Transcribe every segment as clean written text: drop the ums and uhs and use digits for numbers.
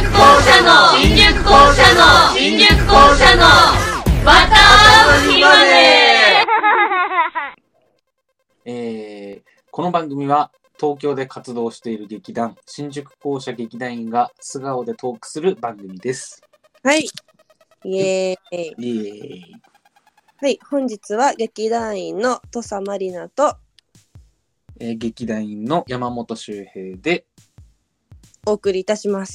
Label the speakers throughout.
Speaker 1: 新宿校舎のまた会う日まで。
Speaker 2: この番組は東京で活動している劇団新宿校舎劇団員が素顔でトークする番組です。
Speaker 3: はい、イエーイ。
Speaker 2: イエーイ。
Speaker 3: はい、本日は劇団員の土佐まりなと、
Speaker 2: 劇団員の山本周平で
Speaker 3: お送りいたします。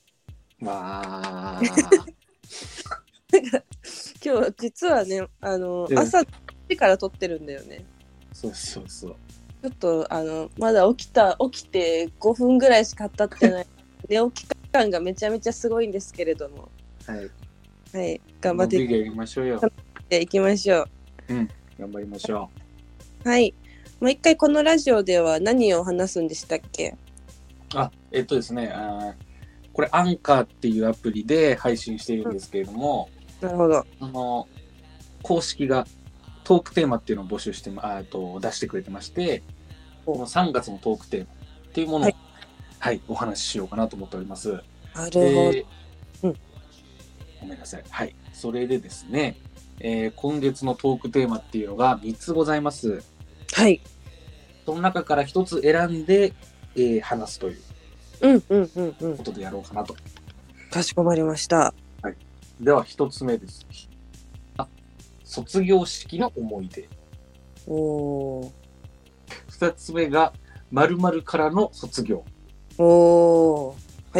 Speaker 2: わ
Speaker 3: 今日実はね、朝時から撮ってるんだよね。
Speaker 2: そうそうそう。
Speaker 3: ちょっとまだ起きて5分ぐらいしか経ってない寝起き感がめちゃめちゃすごいんですけれども、はい、頑張って
Speaker 2: やりましょうよ。
Speaker 3: いきましょう。
Speaker 2: 頑張りましょ
Speaker 3: う。はい。もう一回このラジオでは何を話すんでしたっけ？
Speaker 2: ですね、これアンカーっていうアプリで配信しているんですけれども、
Speaker 3: なるほど。
Speaker 2: 公式がトークテーマっていうのを募集して出してくれてまして、この3月のトークテーマっていうものを、お話ししようかなと思っております。
Speaker 3: なるほど。
Speaker 2: ごめんなさい。はい。それでですね、今月のトークテーマっていうのが3つございます。
Speaker 3: はい。
Speaker 2: その中から1つ選んで、話すということでやろうかなと。
Speaker 3: かしこまりました。
Speaker 2: はい。では1つ目です。卒業式の思い出。2つ目が〇〇からの卒業。
Speaker 3: はい。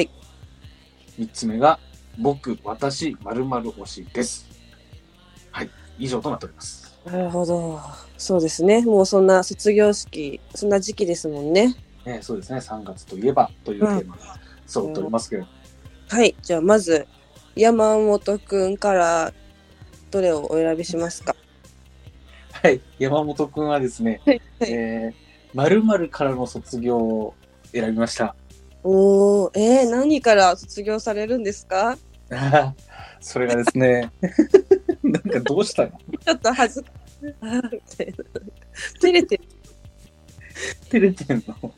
Speaker 2: 3つ目が僕、私、〇〇推しです。はい。以上となっております。
Speaker 3: なるほど。そうですね。もうそんな卒業式、そんな時期ですもんね。
Speaker 2: そうですね。3月といえばというテーマが揃っておりますけど。
Speaker 3: はい。じゃあまず、山本くんからどれをお選びしますか？
Speaker 2: はい。山本くんはですね、〇〇からの卒業を選びました。
Speaker 3: 何から卒業されるんですか？
Speaker 2: それがですね、なんかどうしたの？
Speaker 3: ちょっと恥ずかしい。照れて
Speaker 2: んの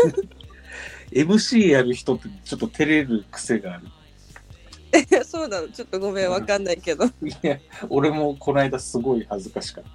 Speaker 2: MC やる人ってちょっと照れる癖がある。
Speaker 3: そうなの？ちょっとごめん、わかんないけど。
Speaker 2: いや、俺もこの間すごい恥ずかしかった。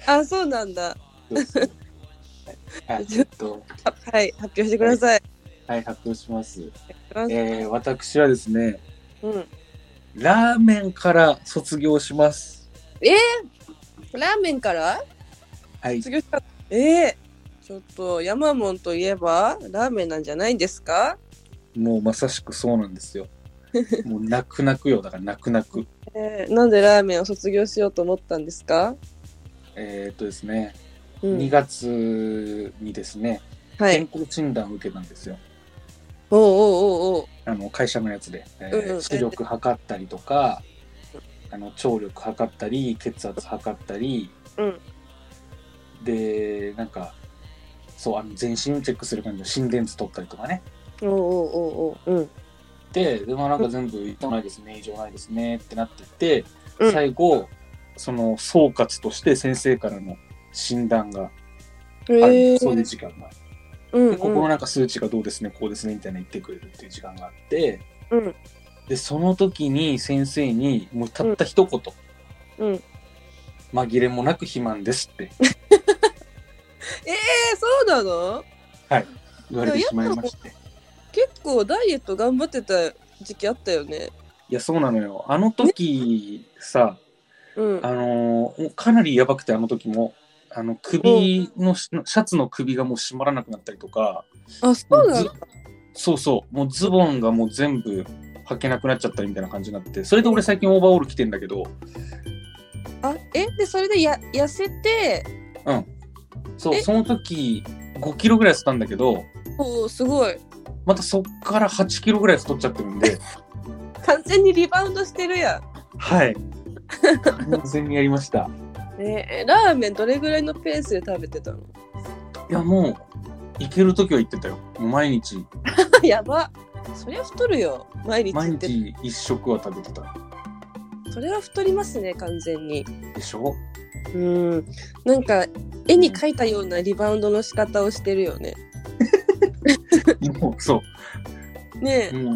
Speaker 3: あ、そうなんだ。
Speaker 2: はい、
Speaker 3: はい、発表してください。
Speaker 2: はい、発表します。私はですね、ラーメンから卒業します。
Speaker 3: ラーメンから？
Speaker 2: はい。
Speaker 3: 卒業した。ちょっと山門といえばラーメンなんじゃないんですか？
Speaker 2: もうまさしくそうなんですよ。もう泣くよ。だから泣く。
Speaker 3: なんでラーメンを卒業しようと思ったんですか？
Speaker 2: ですね、2月にですね、健康診断を受けたんですよ。会社のやつで、視力測ったりとか、聴力測ったり、血圧測ったり、で、なんか、そう、全身チェックする感じの心電図取ったりとかね。でもなんか全部異常ないですね、異常ないですねってなってて、最後、その総括として先生からの診断がある、そういう時間が。でここのなんか数値がどうですね、こうですねみたいな言ってくれるっていう時間があって、でその時に先生にもうたった一言、紛れもなく肥満ですって
Speaker 3: そうなの？
Speaker 2: はい、言われてしまいまして。
Speaker 3: 結構ダイエット頑張ってた時期あったよね。
Speaker 2: いや、そうなのよ。あの時さ、かなりやばくて、あの時も首のシャツの首がもう締まらなくなったりとか。
Speaker 3: そうなんだ。
Speaker 2: そうもうズボンがもう全部履けなくなっちゃったりみたいな感じになって、それで俺最近オーバーオール着てんだけど。
Speaker 3: でそれで痩せて、
Speaker 2: その時5キロぐらい痩せたんだけど、
Speaker 3: すごい。
Speaker 2: またそっから8キロぐらい太っちゃってるんで
Speaker 3: 完全にリバウンドしてるやん。
Speaker 2: はい、完全にやりました。
Speaker 3: ラーメンどれぐらいのペースで食べてたの？
Speaker 2: いや、もう行ける時は行ってたよ。もう毎日
Speaker 3: やば。そりゃ太るよ。毎日
Speaker 2: 1食は食べてた。
Speaker 3: それは太りますね、完全に。
Speaker 2: でしょ？
Speaker 3: なんか絵に描いたようなリバウンドの仕方をしてるよね。
Speaker 2: もうそう
Speaker 3: ねえ、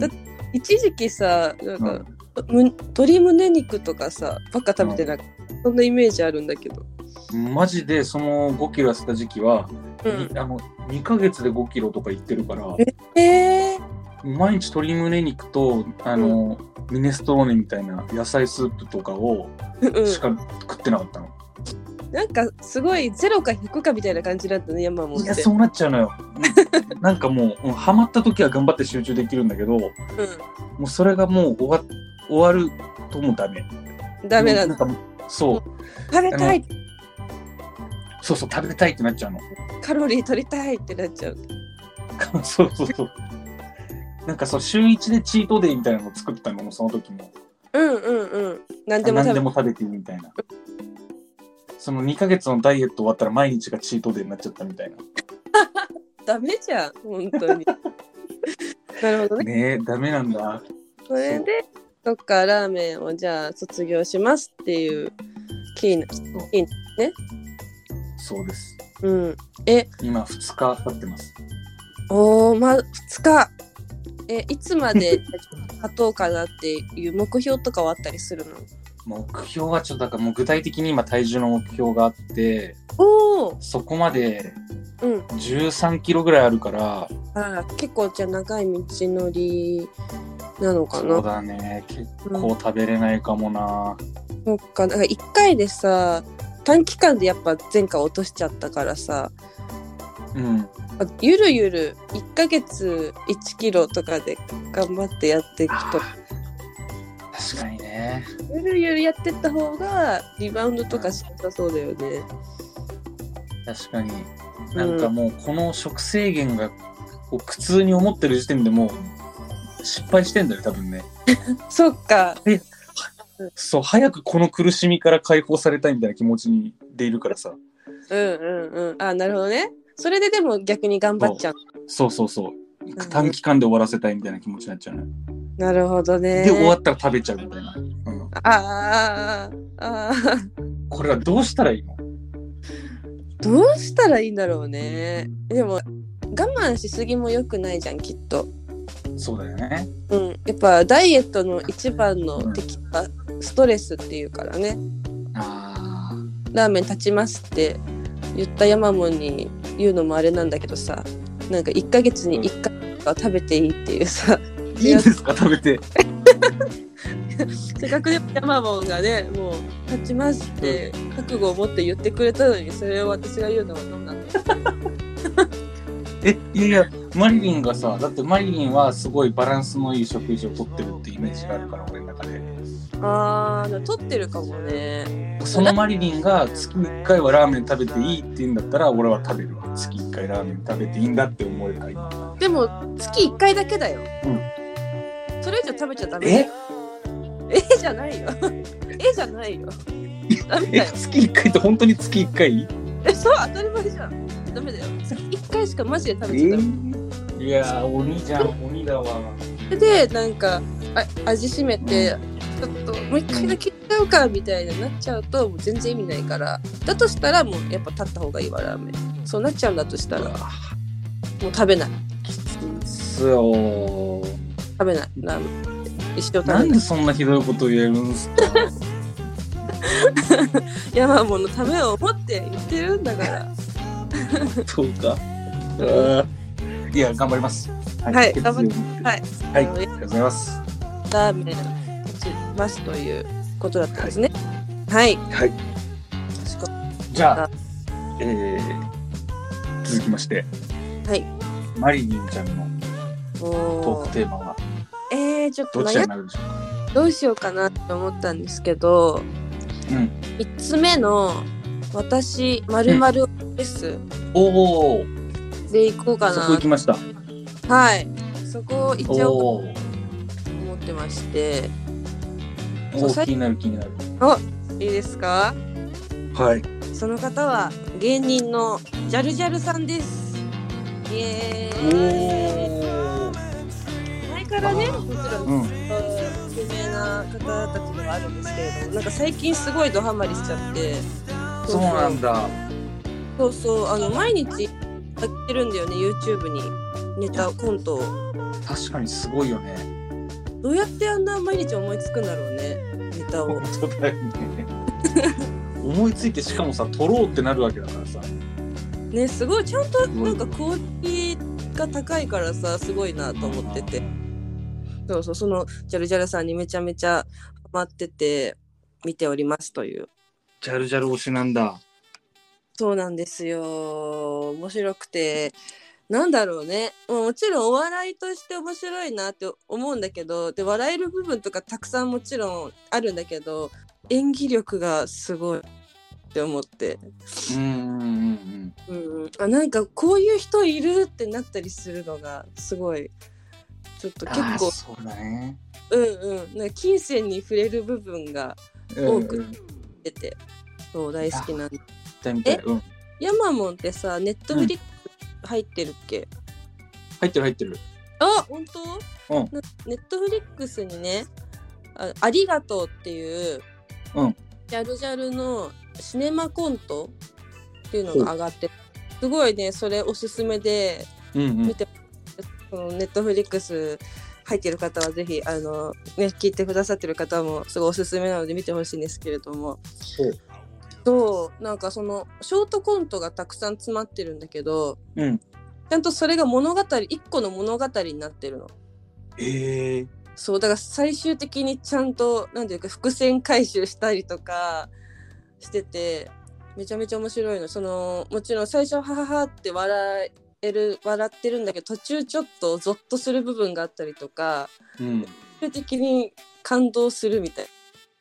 Speaker 3: 一時期さ、なんか、鶏胸肉とかさ、ばっか食べてなくて、そんなイメージあるんだけど。
Speaker 2: マジでその5キロ痩せた時期は、2ヶ月で5キロとかいってるから、毎日鶏胸肉とミネストローネみたいな野菜スープとかをしか食ってなかったの。
Speaker 3: なんかすごい0か100かみたいな感じだったね、山も。
Speaker 2: いや、そうなっちゃうのよ。なんかもうハマった時は頑張って集中できるんだけど、もうそれがもう終わるともうダメなんだ。そう。
Speaker 3: 食べたい。
Speaker 2: そう食べたいってなっちゃうの。
Speaker 3: カロリー取りたいってなっちゃう。
Speaker 2: そう。なんか週1でチートデイみたいなのを作ったのもその時も。何でも食べていいみたいな。その2ヶ月のダイエット終わったら毎日がチートデイになっちゃったみたいな。
Speaker 3: ダメじゃん、本当に。なるほどね。
Speaker 2: ねえ、ダメなんだ。
Speaker 3: それでどっかラーメンをじゃあ卒業しますっていうキーね。
Speaker 2: そうです。今2日経ってます。
Speaker 3: 2日。いつまで勝とうかなっていう目標とかはあったりするの？
Speaker 2: 目標はちょっとだからもう具体的に今体重の目標があって、そこまで13キロぐらいあるから、
Speaker 3: 結構じゃあ長い道のりなのかな。
Speaker 2: そうだね、結構食べれないかもな。
Speaker 3: そっか、だから1回でさ短期間でやっぱ前回落としちゃったからさ、ゆるゆる1ヶ月1キロとかで頑張ってやっていくと、
Speaker 2: 確かにね、
Speaker 3: ゆるゆるやってった方がリバウンドとかしなさそうだよね。
Speaker 2: 確かに、なんかもうこの食制限が苦痛に思ってる時点でもう失敗してんだよ多分ね。
Speaker 3: そっか。
Speaker 2: そう、早くこの苦しみから解放されたいみたいな気持ちでいるからさ。
Speaker 3: なるほどね。それででも逆に頑張っちゃう。
Speaker 2: そう。短期間で終わらせたいみたいな気持ちになっちゃうね。
Speaker 3: なるほどね。
Speaker 2: で、終わったら食べちゃうみたいな。これはどうしたらいいの？
Speaker 3: どうしたらいいんだろうね。でも我慢しすぎも良くないじゃん、きっと。
Speaker 2: そうだよね。
Speaker 3: やっぱダイエットの一番の敵はストレスっていうからね。ラーメン立ちますって言ったヤマモンに言うのもあれなんだけどさ、なんか1ヶ月に1回は食べていいっていうさ。
Speaker 2: いいですか、食べて。
Speaker 3: せっかくでヤマモンがね、もう立ちますって覚悟を持って言ってくれたのに、それを私が言うのはどうなの？
Speaker 2: いやマリリンがさ、だってマリリンはすごいバランスのいい食事をとってるってイメージがあるから、俺の中で。
Speaker 3: とってるかもね。
Speaker 2: そのマリリンが月1回はラーメン食べていいって言うんだったら、俺は食べるわ。月1回ラーメン食べていいんだって思えるから。
Speaker 3: でも月1回だけだよ。それ以上食べちゃダメ。じゃないよ。じゃないよ。ダメだよ。
Speaker 2: 月1回って本当に月1回？
Speaker 3: そう、当たり前じゃん。ダメだよ。1回しかマジで食べちゃダメ。
Speaker 2: いやー、鬼じゃん、鬼だわ。
Speaker 3: で、なんか味しめて、ちょっともう1回だけいっちゃうかみたいになっちゃうと、もう全然意味ないから。だとしたらもうやっぱ立った方がいいわ、ラーメン。そうなっちゃうんだとしたらもう食べない。食べない、ラーメン。一生食べない。
Speaker 2: なんでそんなひどいこと言えるんすか？
Speaker 3: ヤマモンのためを思って言ってるんだから。
Speaker 2: そうか。いや、頑張ります。
Speaker 3: はい、頑張って。
Speaker 2: ありがとうございます。
Speaker 3: ラーメン立ちますということだったんですね。はい。
Speaker 2: じゃあ、続きまして、マリリンちゃんのトークテーマは
Speaker 3: ちょっと
Speaker 2: どちらになるでしょうか？
Speaker 3: どうしようかなって思ったんですけど、3つ目の私〇〇です。で行こうかな。
Speaker 2: そこ行きました。
Speaker 3: はい。そこを行っちゃおうと思ってまして。
Speaker 2: 気になる。
Speaker 3: いいですか？
Speaker 2: はい。
Speaker 3: その方は芸人のジャルジャルさんです。イエーイ。前からね、もちろん、有名な方たちではあるんですけれども、なんか最近すごいドハマりしちゃって。
Speaker 2: そうなんだ。
Speaker 3: 毎日やってるんだよね、YouTube にネタコントを。
Speaker 2: 確かにすごいよね。
Speaker 3: どうやってあんな毎日思いつくんだろうね、ネタを。
Speaker 2: 本当だよね。思いついてしかもさ撮ろうってなるわけだからさ。
Speaker 3: ね、すごいちゃんとなんかクオリティが高いからさ、すごいなと思ってて。そうそう、そのジャルジャルさんにめちゃめちゃハマってて見ておりますという。
Speaker 2: ジャルジャル推しなんだ。
Speaker 3: そうなんですよ。面白くて、なんだろうね。もちろんお笑いとして面白いなって思うんだけど、で笑える部分とかたくさんもちろんあるんだけど、演技力がすごいって思って。なんかこういう人いるってなったりするのがすごいちょっと結構
Speaker 2: そうだね。
Speaker 3: なんか金銭に触れる部分が多く出て、そう大好きなんで。ヤマモンってさ、ネットフリックス入ってるっけ？
Speaker 2: 入ってる。
Speaker 3: あ、本当？ネットフリックスにね、ありがとうっていう、ジャルジャルのシネマコントっていうのが上がって、すごいね、それおすすめで見て、ネットフリックス入ってる方はぜひ聞いてくださってる方もすごいおすすめなので見てほしいんですけれども、そうなんかそのショートコントがたくさん詰まってるんだけど、ちゃんとそれが一個の物語になってるの。そうだから最終的にちゃんとなんていうか伏線回収したりとかしてて、めちゃめちゃ面白いの。もちろん最初はははって笑ってるんだけど、途中ちょっとゾッとする部分があったりとか、最終的に感動するみたい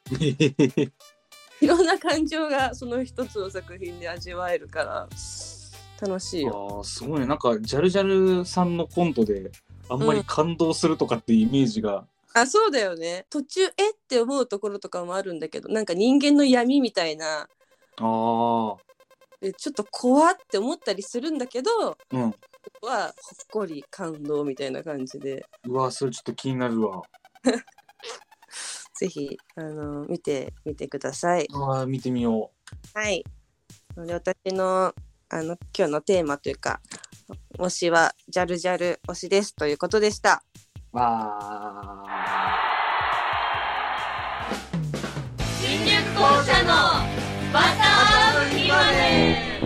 Speaker 3: いろんな感情がその一つの作品で味わえるから楽しいよ。
Speaker 2: すごいね。なんかジャルジャルさんのコントであんまり感動するとかっていうイメージが、
Speaker 3: そうだよね。途中って思うところとかもあるんだけど、なんか人間の闇みたいな、ちょっと怖って思ったりするんだけど、はほっこり感動みたいな感じで。
Speaker 2: うわ、それちょっと気になるわ。
Speaker 3: ぜひ見てみてください。
Speaker 2: 見てみよ
Speaker 3: う。はい。で、私の今日のテーマというか推しはジャルジャル推しですということでした。
Speaker 1: 新宿校舎のバターウまで。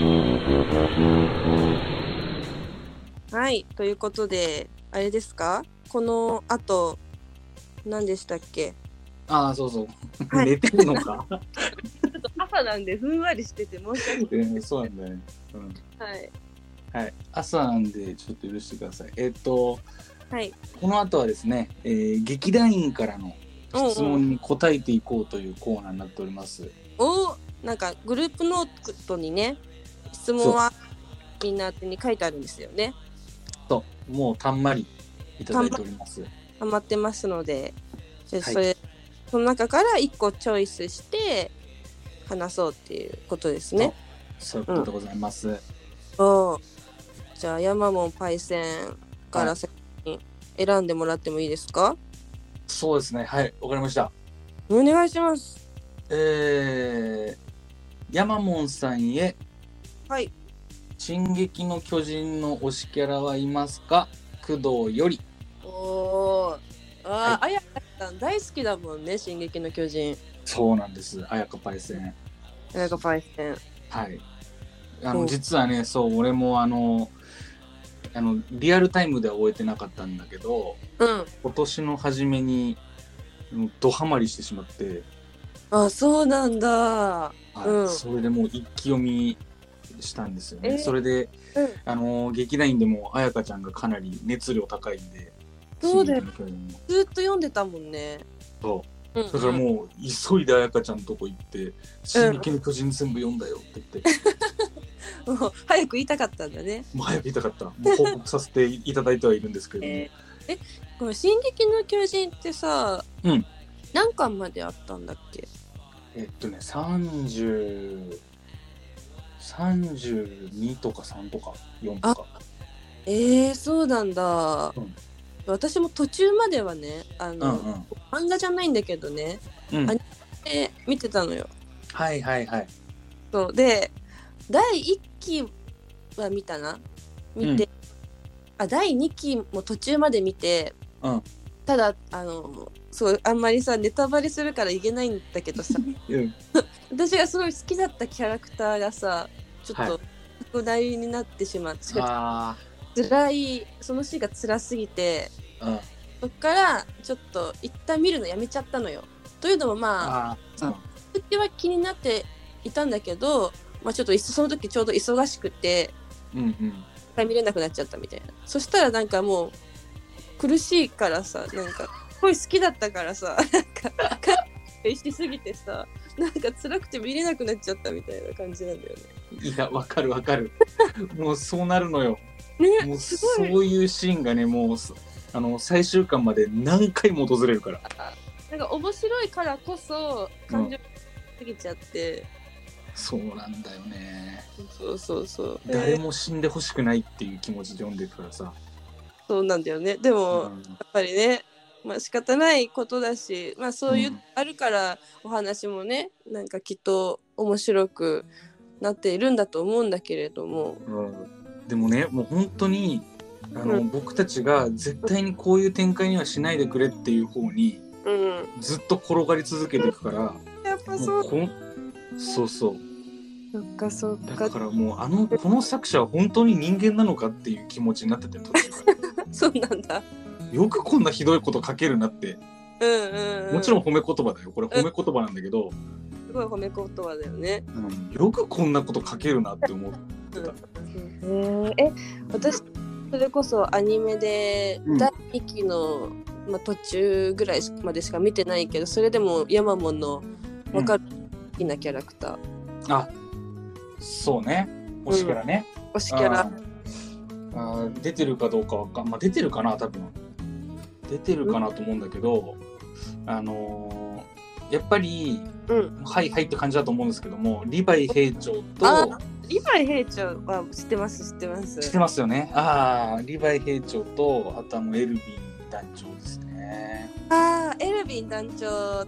Speaker 3: はい、ということであれですか、この後何でしたっけ？
Speaker 2: そうそう、寝てるのか
Speaker 3: 朝なんでふんわりしてて申し訳ない。
Speaker 2: そうなんだよね。はい、朝なんでちょっと許してください。この後はですね、劇団員からの質問に答えていこうというコーナーになっております。
Speaker 3: なんかグループノートにね、質問はみんな宛に書いてあるんですよね。
Speaker 2: もうたんまりいただいております。
Speaker 3: ハマってますので、その中から1個チョイスして話そうっていうことですね。
Speaker 2: そういうことでございます。
Speaker 3: じゃあヤマモンパイセンから先に選んでもらってもいいですか？
Speaker 2: そうですね、はい、わかりました。
Speaker 3: お願いします。
Speaker 2: ヤマモンさんへ、進撃の巨人の推しキャラはいますか？工藤より。
Speaker 3: あやかさん大好きだもんね、進撃の巨人。
Speaker 2: そうなんです、あやかパイセン。はい。実はね、俺もリアルタイムでは終えてなかったんだけど、今年の初めにドハマりしてしまって。
Speaker 3: そうなんだ。
Speaker 2: それでもう一気読みしたんですよね。それで、劇団員でもあやかちゃんがかなり熱量高いんで、
Speaker 3: そうだよ、ずっと読んでたもんね。
Speaker 2: だからもう急いであやかちゃんのとこ行って「進撃の巨人全部読んだよ」って言って
Speaker 3: もう早く言いたかったんだね。
Speaker 2: もう早く言いたかった。もう報告させていただいてはいるんですけれども、
Speaker 3: この進撃の巨人ってさ、何巻まであったんだっけ
Speaker 2: ？32とか3とか4とか。
Speaker 3: そうなんだ。私も途中まではね、漫画じゃないんだけどね、アニメ見てたのよ。そうで、第1期は見て、第2期も途中まで見て、 ただそうあんまりさネタバレするから言えないんだけどさ、私がすごい好きだったキャラクターがさちょっと特大になってしまって、辛いそのシーンが辛すぎて、そっからちょっと一旦見るのやめちゃったのよ。というのもまあうちは気になっていたんだけど、まあ、ちょっとその時ちょうど忙しくて、見れなくなっちゃったみたいな。そしたらなんかもう苦しいからさ、なんかすごい好きだったからさ、なんかしすぎてさ、なんか辛くて見れなくなっちゃったみたいな感じなんだよね。
Speaker 2: いや、わかるわかる。もうそうなるのよ。ね、もうそういうシーンがね、もう最終巻まで何回も訪れるから。
Speaker 3: なんか面白いからこそ感情すぎちゃって。
Speaker 2: そうなんだよね。
Speaker 3: そう
Speaker 2: 誰も死んでほしくないっていう気持ちで読んでるからさ。
Speaker 3: そうなんだよね。でも、やっぱりね、まあ仕方ないことだし、まあそういう、あるからお話もね、なんかきっと面白くなっているんだと思うんだけれども。
Speaker 2: でもね、もう本当に僕たちが絶対にこういう展開にはしないでくれっていう方に、ずっと転がり続けていくから。
Speaker 3: やっぱそう。
Speaker 2: そうそう。
Speaker 3: そっか。
Speaker 2: だからもうこの作者は本当に人間なのかっていう気持ちになってて途中から
Speaker 3: そうなんだ。
Speaker 2: よくこんなひどいこと書けるなって。もちろん褒め言葉だよ。これ褒め言葉なんだけど。
Speaker 3: すごい褒め言葉だよね。
Speaker 2: よくこんなこと書けるなって思ってた。
Speaker 3: 私それこそアニメで第2期の、途中ぐらいまでしか見てないけど、それでもヤマモンの分かる好きなキャラクター。
Speaker 2: そうね。推しキャラね。
Speaker 3: 推しキャラ。
Speaker 2: 出てるかどうか出てるかな、多分。出てるかなと思うんだけど、やっぱり、はいはいって感じだと思うんですけども、リヴァイ兵長と、
Speaker 3: リヴァイ兵長は知ってます。
Speaker 2: 知ってますよね。リヴァイ兵長と、あとエルヴィン団長ですね。
Speaker 3: エルヴィン団長って、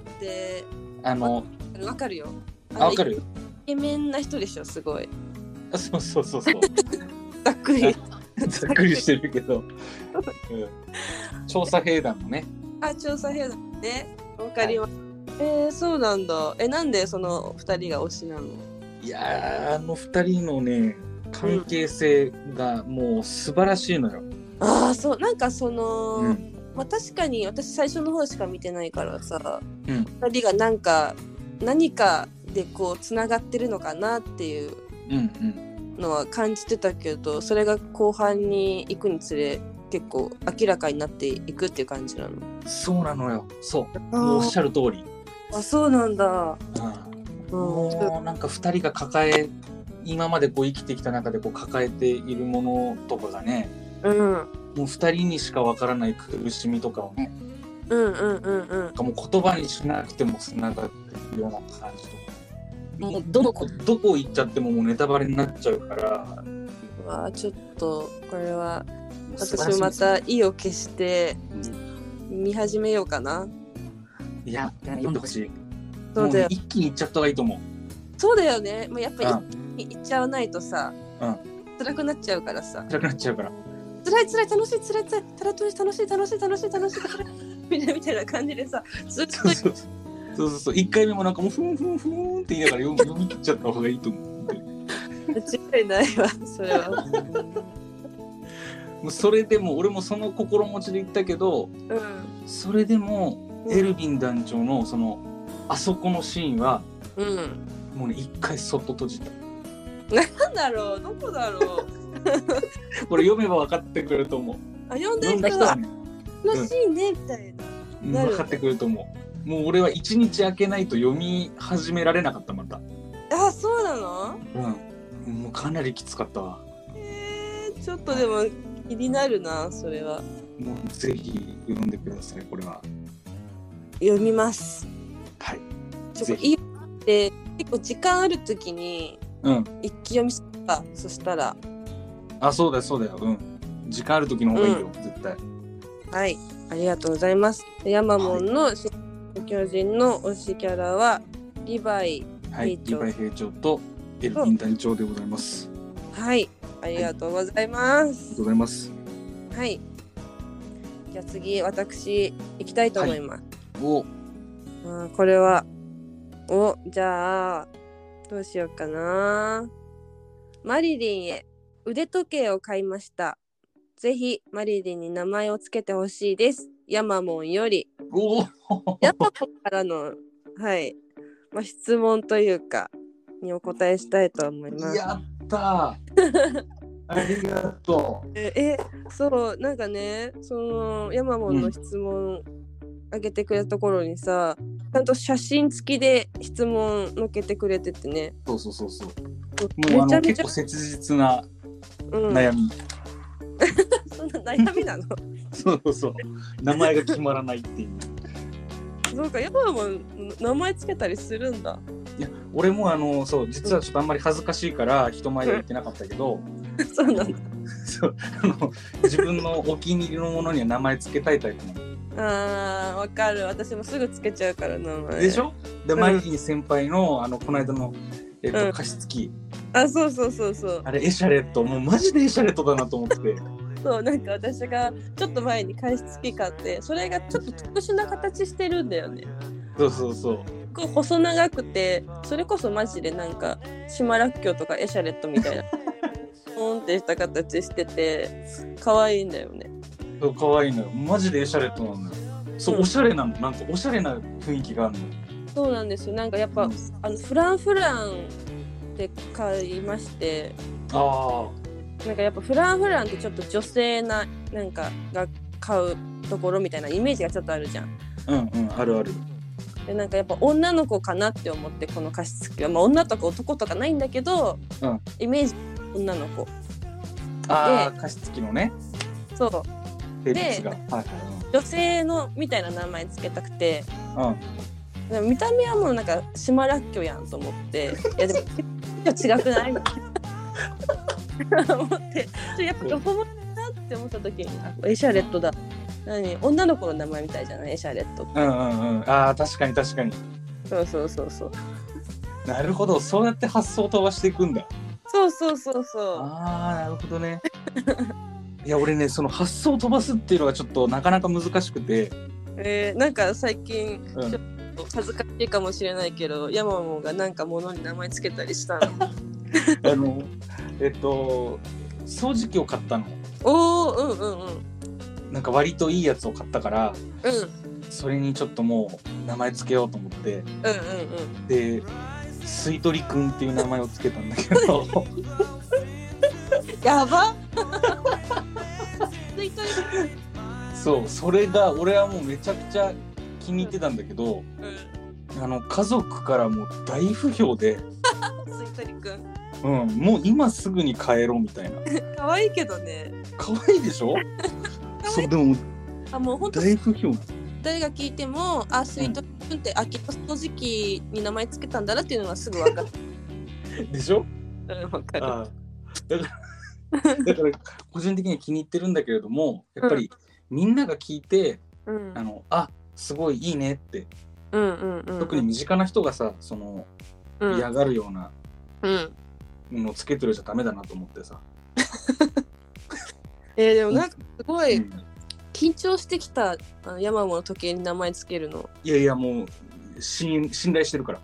Speaker 3: わかるよ。
Speaker 2: わかる？
Speaker 3: イケメンな人でしょ、すごい。
Speaker 2: そう。
Speaker 3: ざっくり。
Speaker 2: ざっくりしてるけど。調査兵団のね。
Speaker 3: 調査兵団ね。わかります。そうなんだ。なんでその2人が推しなの？
Speaker 2: いやー、2人のね、関係性がもう素晴らしいのよ。
Speaker 3: そう。なんか確かに私最初の方しか見てないからさ、2人が何かでこうつながってるのかなっていうのは感じてたけど、それが後半に行くにつれ結構明らかになっていくっていう感じなの。
Speaker 2: そうなのよ。そう。もうおっしゃる通り。
Speaker 3: そうなんだ。
Speaker 2: もうなんか2人が今までこう生きてきた中でこう抱えているものとかがね、もう2人にしかわからない苦しみとかをね、もう言葉にしなくてもつながっているような感じとか。どこ行っちゃってももうネタバレになっちゃうから。
Speaker 3: ちょっとこれは私もまた意を決して見始めようかな。
Speaker 2: いや、読んでほしい。
Speaker 3: そうだよ。
Speaker 2: 一気に行っちゃった方がいいと思う。
Speaker 3: そうだよね。もうやっぱり行っちゃわないとさ、辛くなっちゃうからさ。
Speaker 2: 辛くなっちゃうから。
Speaker 3: 辛い楽しいみたいな感じでさ、ずっと。
Speaker 2: そう1回目もなんかもうふんって言いながら読み切っちゃった方がいいと思う。
Speaker 3: 間違いないわ、それは。
Speaker 2: もうそれでも俺もその心持ちで言ったけど、それでもエルヴィン団長のあそこのシーンは、もうね一回そっと閉じた。
Speaker 3: なんだろう、どこだろう。
Speaker 2: これ読めば分かってくれると思う。
Speaker 3: 読んだ人は楽しいねみたいな。
Speaker 2: 分かってくれると思う。もう俺は1日空けないと読み始められなかった。また。
Speaker 3: そうなの？
Speaker 2: もうかなりきつかったわ。
Speaker 3: ちょっとでも気になるな、それは。
Speaker 2: もうぜひ読んでください。これは
Speaker 3: 読みます。
Speaker 2: はい。
Speaker 3: ぜひ。結構時間あるときに一気読みするか。そしたら。そうだよ。時間あるときの方がいいよ、絶対。 はい、ありがとうございます。ヤマモンの巨人の推しキャラはリヴァイ兵長
Speaker 2: とエルヴィン団長でございます。
Speaker 3: はい、ありがとうございます。
Speaker 2: ありがとうございます。
Speaker 3: はい。 じゃあ次私行きたいと思います。
Speaker 2: お、
Speaker 3: これはじゃあどうしようかな。マリリンへ腕時計を買いました。ぜひマリリンに名前をつけてほしいです。ヤマモンより。ヤマモンからの質問というかにお答えしたいと思います。
Speaker 2: やったありがと
Speaker 3: う。そうなんかね、そのヤマモンの質問あげてくれたところにさ、ちゃんと写真付きで質問載っけてくれててね。
Speaker 2: そう。もう結構切実な悩み。
Speaker 3: そんな悩みなの？
Speaker 2: そう。名前が決まらないっていう。
Speaker 3: そうか、ヤマモン名前つけたりするんだ。
Speaker 2: いや、俺も実はちょっとあんまり恥ずかしいから人前で言ってなかったけど。
Speaker 3: そうなんだ。
Speaker 2: そう自分のお気に入りのものには名前つけたいタイプなの。
Speaker 3: わかる。私もすぐつけちゃうから名前。
Speaker 2: でしょ？で、マリリン先輩のこの間の加湿器。
Speaker 3: そう。
Speaker 2: あれエシャレット、もうマジでエシャレットだなと思って。
Speaker 3: そう、なんか私がちょっと前に加湿器買って、それがちょっと特殊な形してるんだよね。
Speaker 2: そう。
Speaker 3: こう細長くて、それこそマジでなんか島らっきょうとかエシャレットみたいなポンってした形してて可愛いんだよね。
Speaker 2: そう可愛いのよ。マジでエシャレットなんだよ。そう、おしゃれなの。なんかおしゃれな雰囲気があるの。
Speaker 3: そうなんですよ。なんかやっぱ、フランで買いまして。なんかやっぱフランってちょっと女性ななんかが買うところみたいなイメージがちょっとあるじゃん。
Speaker 2: ある。
Speaker 3: でなんかやっぱ女の子かなって思って、この加湿器は女とか男とかないんだけど、イメージ女の子。
Speaker 2: 加湿器のね。
Speaker 3: そう。
Speaker 2: で、
Speaker 3: 女性のみたいな名前つけたくて。でも見た目はもうなんか島らっきょうやんと思って、いやでも違くない思ってやっぱどこもなって思った時にエシャレットだ。女の子の名前みたいじゃない、エシャレットって。
Speaker 2: 確かに。
Speaker 3: そう。
Speaker 2: なるほど、そうやって発想飛ばしていくんだ。
Speaker 3: そう。
Speaker 2: なるほどね。いや俺ね、その発想飛ばすっていうのがちょっとなかなか難しくて。
Speaker 3: なんか最近ちょっと恥ずかしいかもしれないけど、ヤマモンがなんか物に名前つけたりしたの？
Speaker 2: 掃除機を買ったの。なんか割といいやつを買ったから、それにちょっともう名前つけようと思って、でスイトリくんっていう名前をつけたんだけど
Speaker 3: やばスイトリくん。
Speaker 2: そう、それが俺はもうめちゃくちゃ気に入ってたんだけど、家族からも大不評で
Speaker 3: スイトリくん、
Speaker 2: もう今すぐに帰ろうみたいな。
Speaker 3: 可愛いけどね。
Speaker 2: 可愛いでしょそう、でも
Speaker 3: もう本当
Speaker 2: 大不評。
Speaker 3: 誰が聞いてもスイートくんって秋の掃除機に名前つけたんだなっていうのはすぐ分かる
Speaker 2: でしょ。
Speaker 3: 分かる。
Speaker 2: だから個人的には気に入ってるんだけれども、やっぱりみんなが聞いて、すごいいいねって、特に身近な人がさ、その、嫌がるようなものをつけてるじゃダメだなと思ってさ。
Speaker 3: でもなんかすごい緊張してきた、ヤマモの時計に名前つけるの。
Speaker 2: いやもう信頼してるから。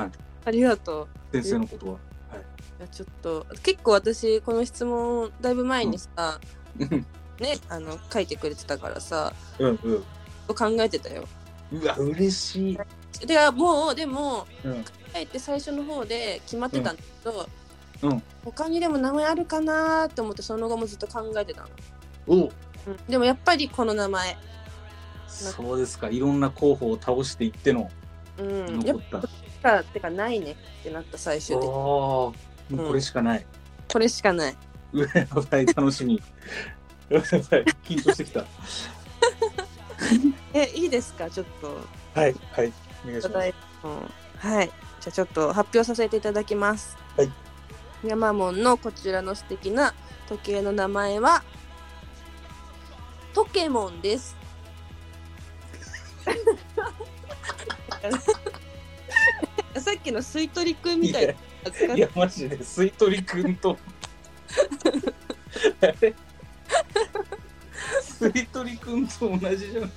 Speaker 3: ありがとう
Speaker 2: 先生のことは。
Speaker 3: いやちょっと結構私この質問だいぶ前にさ、ね、書いてくれてたからさ、考えてたよ。
Speaker 2: うわ嬉しい。
Speaker 3: でも考えて最初の方で決まってたんだけど、他にでも名前あるかなと思ってその後もずっと考えてたの。でもやっぱりこの名前。
Speaker 2: そうですか。いろんな候補を倒していっての残った。
Speaker 3: てかないねってなった最終的に。
Speaker 2: もうこれしかない。
Speaker 3: これしかない。
Speaker 2: やばい、楽しみ。やばい、緊張してきた。
Speaker 3: いいですか、ちょっと。
Speaker 2: はい、お願いします。
Speaker 3: はい、じゃあちょっと発表させていただきます。ヤマモンのこちらの素敵な時計の名前はトケモンです。さっきのスイトリくんみたいな。
Speaker 2: いやマジでスイトリくんとスイトリ君と同じじゃない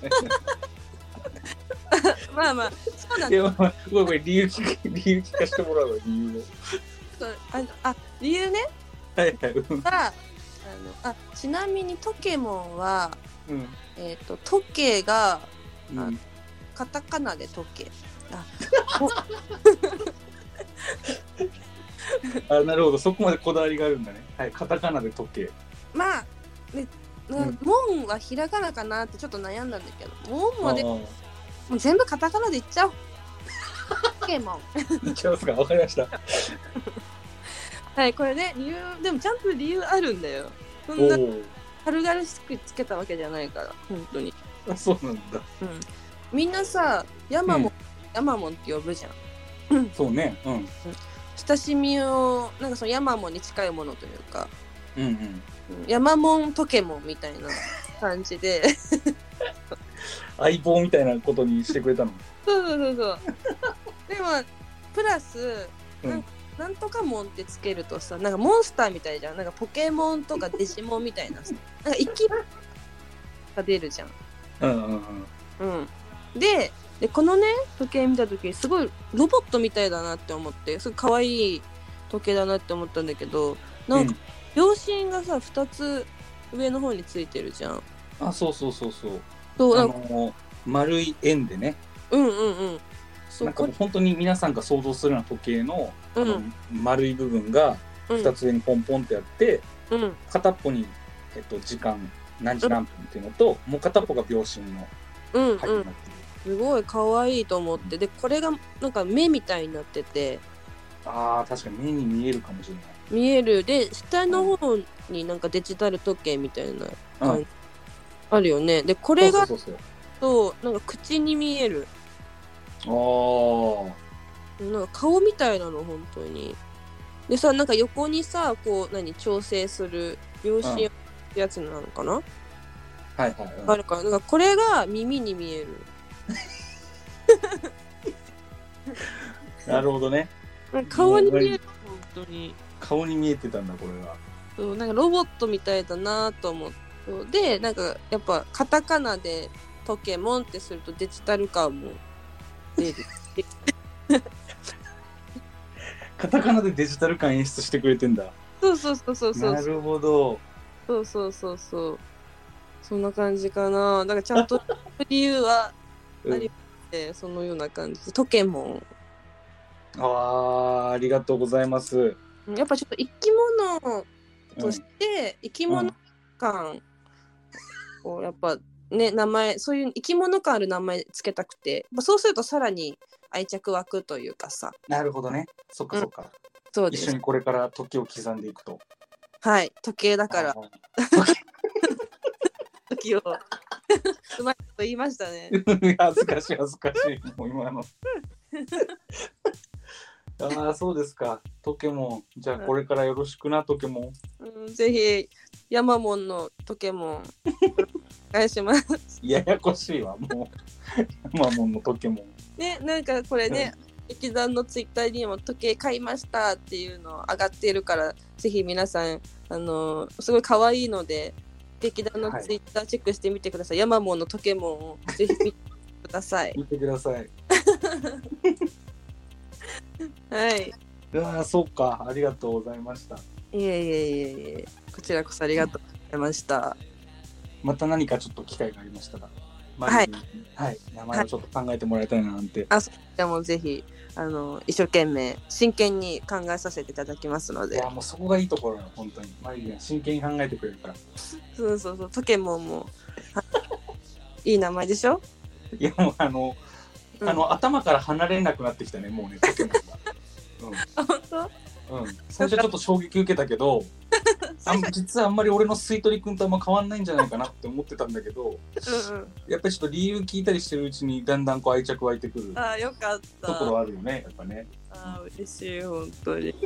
Speaker 3: まあまあそうなんだ。いや、
Speaker 2: まあ、これ理由聞かせてもらうわ、理由を。
Speaker 3: 理由ね。
Speaker 2: はいはい。
Speaker 3: ちなみにトケモンは、
Speaker 2: うん、
Speaker 3: トケが、
Speaker 2: うん、
Speaker 3: カタカナでトケ。
Speaker 2: なるほど、そこまでこだわりがあるんだね。はい、カタカナでトケ。
Speaker 3: まあ、ね、モンはひらがなかなってちょっと悩んだんだけど、モンまでもう全部カタカナでいっちゃおう。トケモン。
Speaker 2: いっちゃいますか、わかりました。
Speaker 3: はい、これね、理由でもちゃんと理由あるんだよ。そんな軽々しくつけたわけじゃないから、本当に。
Speaker 2: あ、そうなんだ。
Speaker 3: うん。みんなさ、ヤマモンって呼ぶじゃん。
Speaker 2: そうね。うん。
Speaker 3: 親しみをなんかそのヤマモンに近いものというか、
Speaker 2: うんうん。
Speaker 3: ヤマモントケモンみたいな感じで
Speaker 2: 相棒みたいなことにしてくれたの。
Speaker 3: そうでもプラス、なんとかモンってつけるとさ、なんかモンスターみたいじゃん。なんかポケモンとかデジモンみたいなさ、なんか生き物が出るじゃん。でこのね時計見た時すごいロボットみたいだなって思って、すごい可愛い時計だなって思ったんだけど、なんか秒針がさ2つ上の方についてるじゃん。
Speaker 2: あ、そう。丸い円でね。なんかもう本当に皆さんが想像するような時計の、丸い部分が2つ上にポンポンってやって、片っぽに、時間何時何分っていうのと、もう片っぽが秒針の針になってる。
Speaker 3: すごい可愛いと思って。でこれがなんか目みたいになってて、
Speaker 2: 確かに目に見えるかもしれない。
Speaker 3: 見える。で下の方になんかデジタル時計みたいな感じ、あるよね。でこれがそうなんか口に見える。なんか顔みたいなの本当に。でさ、なんか横にさこう調整する秒針ってやつなのかな。あるから、なんかこれが耳に見える。
Speaker 2: なるほどね。
Speaker 3: 顔に見える、本当に。
Speaker 2: 顔に見えてたんだ、これは。
Speaker 3: そう、なんかロボットみたいだなと思って。で、なんかやっぱカタカナでポケモンってするとデジタル感も出る。
Speaker 2: カタカナでデジタル感演出してくれてんだ。
Speaker 3: そう。
Speaker 2: なるほど。
Speaker 3: そう。そんな感じかな。だからちゃんと理由はありまして、そのような感じで。トケモン。
Speaker 2: ありがとうございます。
Speaker 3: やっぱちょっと生き物として、生き物感をやっぱね、名前、そういう生き物感ある名前つけたくて、そうするとさらに愛着湧くというかさ。な
Speaker 2: るほどね。そっか。
Speaker 3: そうです。
Speaker 2: 一緒にこれから時を刻んでいくと。
Speaker 3: はい、時計だから。時をうまいこと言いましたね。
Speaker 2: 恥ずかしいもう今の。そうですか。トケモン、じゃあこれからよろしくな、トケモ
Speaker 3: ン。ぜひヤマモンのトケモンお願いします。
Speaker 2: ややこしいわ、もう。ヤマモンのトケモン。
Speaker 3: ね、なんかこれね、劇団のツイッターにも時計買いましたっていうの上がっているから、ぜひ皆さんすごい可愛いので劇団のツイッターチェックしてみてください。ヤマモンのトケモンをぜひ見てください。
Speaker 2: 見てください。
Speaker 3: はい。
Speaker 2: そうか、ありがとうございました。
Speaker 3: いえ、こちらこそありがとうございました。
Speaker 2: また何かちょっと機会がありましたら、
Speaker 3: はい、
Speaker 2: 名前をちょっと考えてもらいたいななんて。
Speaker 3: でもぜひ一生懸命真剣に考えさせていただきますので。
Speaker 2: いや、もうそこがいいところよ、本当に。マリリン真剣に考えてくれるから。
Speaker 3: そうトケモンもいい名前でしょ。
Speaker 2: いや、もう頭から離れなくなってきたね、もうね、トケモンが。
Speaker 3: 本当？
Speaker 2: 最初ちょっと衝撃受けたけど実はあんまり俺のスイトリ君とあんま変わんないんじゃないかなって思ってたんだけど、やっぱりちょっと理由聞いたりしてるうちにだんだんこう愛着湧いてくる
Speaker 3: よかった
Speaker 2: ところあるよね、やっぱね。
Speaker 3: 嬉しい、本当に。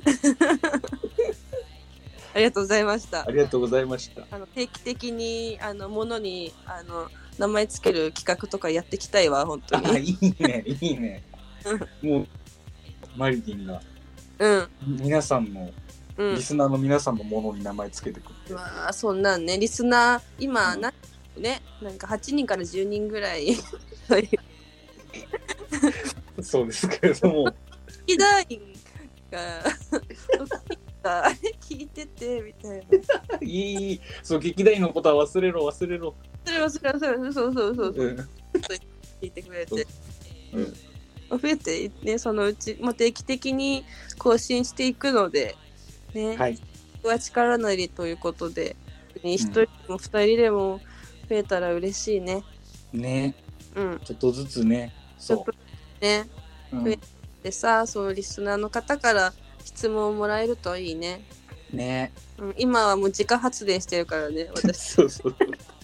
Speaker 3: ありがとうございました。
Speaker 2: ありがとうございました。
Speaker 3: 定期的に物に名前つける企画とかやっていきたいわ、本当に。
Speaker 2: いいねもうマリリンが皆さんのリスナーの皆さんのものに名前つけてくる。
Speaker 3: まあそんなんね、リスナー今、なんか8人から10人ぐらい
Speaker 2: そうですけれども
Speaker 3: 劇団員があれ聞いててみたいな。
Speaker 2: いい、そう、劇団員のことは忘れろ。そう聞
Speaker 3: いてくれて、増えてね、そのうち定期的に更新していくのでね、
Speaker 2: はい、
Speaker 3: は力なりということで、1人でも2人でも増えたら嬉しいね。
Speaker 2: ね、ちょっとずつね、そう
Speaker 3: ね、増えてさ、そうリスナーの方から質問をもらえるといいね。
Speaker 2: ね、
Speaker 3: 今はもう自家発電してるからね、私。
Speaker 2: そう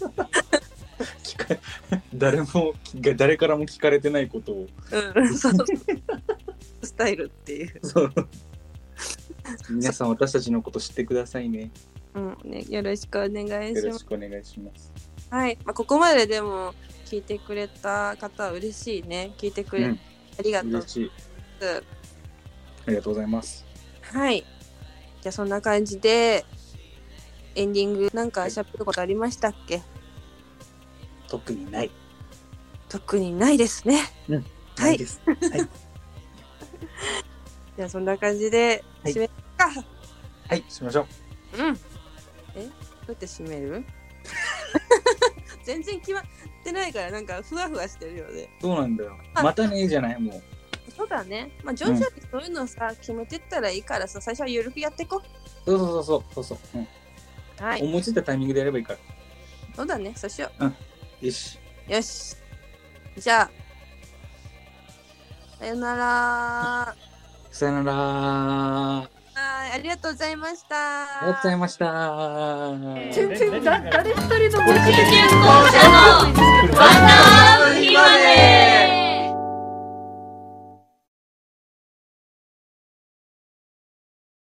Speaker 2: 誰からも聞かれてないことを、
Speaker 3: そうスタイルっていう。
Speaker 2: そう皆さん私たちのこと知ってくださいね。
Speaker 3: ね、よろしくお願いします。
Speaker 2: よろしくお願いします。
Speaker 3: はい、ここまででも聞いてくれた方は嬉しいね。聞いてくれ、ありがとう。
Speaker 2: 嬉しい。ありがとうございます。
Speaker 3: はい。じゃあそんな感じでエンディングなんか喋ることありましたっけ？
Speaker 2: 特にない。
Speaker 3: 特にないですね。
Speaker 2: はい。です。はい。
Speaker 3: じゃあそんな感じで締めるか。
Speaker 2: はい、締めましょう。
Speaker 3: どうやって締める？全然決まってないからなんかふわふわしてるよね。
Speaker 2: そうなんだよ。またねじゃないもう。
Speaker 3: そうだね。徐々にそういうのさ、決めてったらいいからさ、最初はゆるくやっていこ
Speaker 2: う。そう。
Speaker 3: はい。
Speaker 2: 思いついたタイミングでやればいいから。
Speaker 3: そうだね。そうしよう。
Speaker 2: よし。
Speaker 3: じゃあ、さよなら。
Speaker 2: さよなら。
Speaker 3: はい、ありがとうございました。
Speaker 2: ありがとうございました。
Speaker 1: 全然誰一人とも新人校舎のバカ